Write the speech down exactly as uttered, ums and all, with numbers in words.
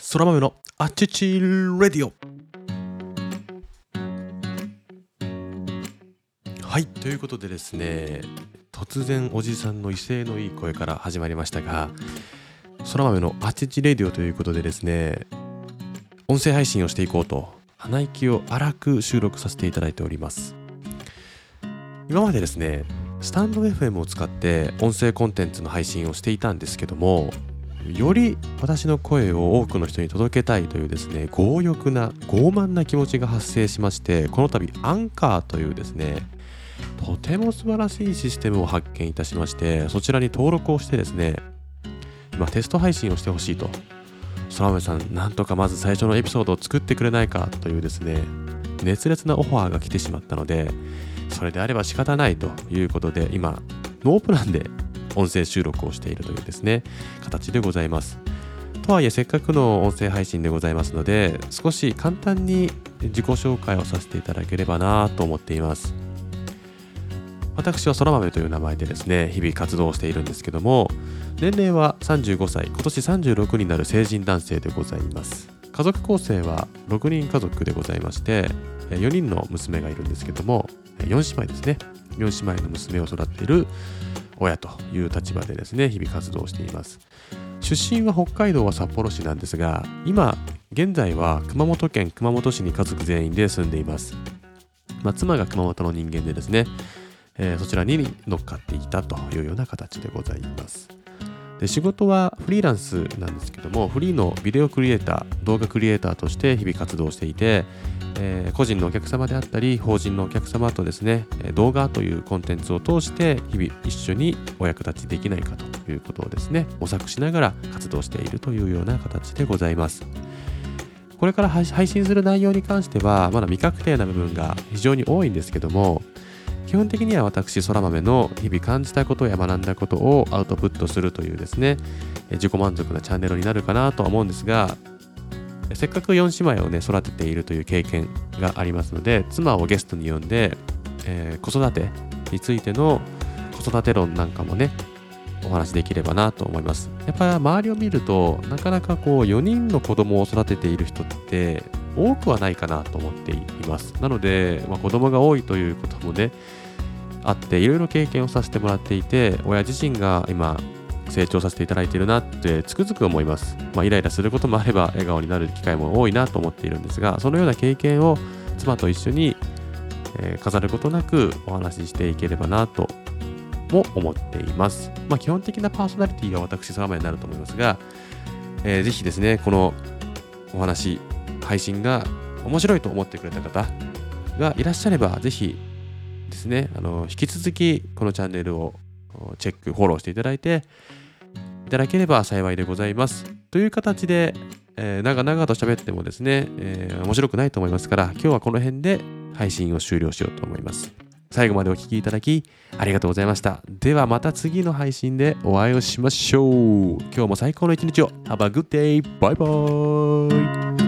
空豆のあちちレディオ。はい、ということでですね、突然おじさんの威勢のいい声から始まりましたが、空豆のあちちレディオということでですね、音声配信をしていこうと鼻息を荒く収録させていただいております。今までですね、スタンド エフエム を使って音声コンテンツの配信をしていたんですけども、より私の声を多くの人に届けたいというですね、強欲な傲慢な気持ちが発生しまして、この度アンカーというですね、とても素晴らしいシステムを発見いたしまして、そちらに登録をしてですね、今テスト配信をしてほしいと、空豆さんなんとかまず最初のエピソードを作ってくれないかというですね、熱烈なオファーが来てしまったので、それであれば仕方ないということで、今ノープランで音声収録をしているというですね、形でございます。とはいえせっかくの音声配信でございますので、少し簡単に自己紹介をさせていただければなと思っています。私は空豆という名前でですね、日々活動をしているんですけども、年齢はさんじゅうごさい、今年さんじゅうろくになる成人男性でございます。家族構成はろくにん家族でございまして、よにんの娘がいるんですけども、よん姉妹ですね。よん姉妹の娘を育っている親という立場でですね、日々活動しています。出身は北海道は札幌市なんですが、今現在は熊本県熊本市に家族全員で住んでいます。まあ、妻が熊本の人間でですね、えー、そちらに乗っかっていたというような形でございます。で、仕事はフリーランスなんですけども、フリーのビデオクリエイター、動画クリエイターとして日々活動していて、えー、個人のお客様であったり法人のお客様とですね、動画というコンテンツを通して日々一緒にお役立ちできないかということをですね、模索しながら活動しているというような形でございます。これから配信する内容に関してはまだ未確定な部分が非常に多いんですけども、基本的には私空豆の日々感じたことや学んだことをアウトプットするというですね、自己満足なチャンネルになるかなとは思うんですが、せっかくよん姉妹をね育てているという経験がありますので、妻をゲストに呼んで、えー、子育てについての子育て論なんかもねお話できればなと思います。やっぱり周りを見るとなかなかこうよにんの子供を育てている人って多くはないかなと思っています。なので、まあ、子供が多いということもねあって、いろいろ経験をさせてもらっていて、親自身が今成長させていただいているなってつくづく思います。まあ、イライラすることもあれば笑顔になる機会も多いなと思っているんですが、そのような経験を妻と一緒に、えー、飾ることなくお話ししていければなとも思っています。まあ、基本的なパーソナリティが私空豆になると思いますが、えー、ぜひですね、このお話配信が面白いと思ってくれた方がいらっしゃれば、ぜひですね、あの引き続きこのチャンネルをチェックフォローしていただいていただければ幸いでございますという形で、えー、長々と喋ってもですね、えー、面白くないと思いますから、今日はこの辺で配信を終了しようと思います。最後までお聞きいただきありがとうございました。ではまた次の配信でお会いをしましょう。今日も最高の一日を。Have a good day. バイバーイ。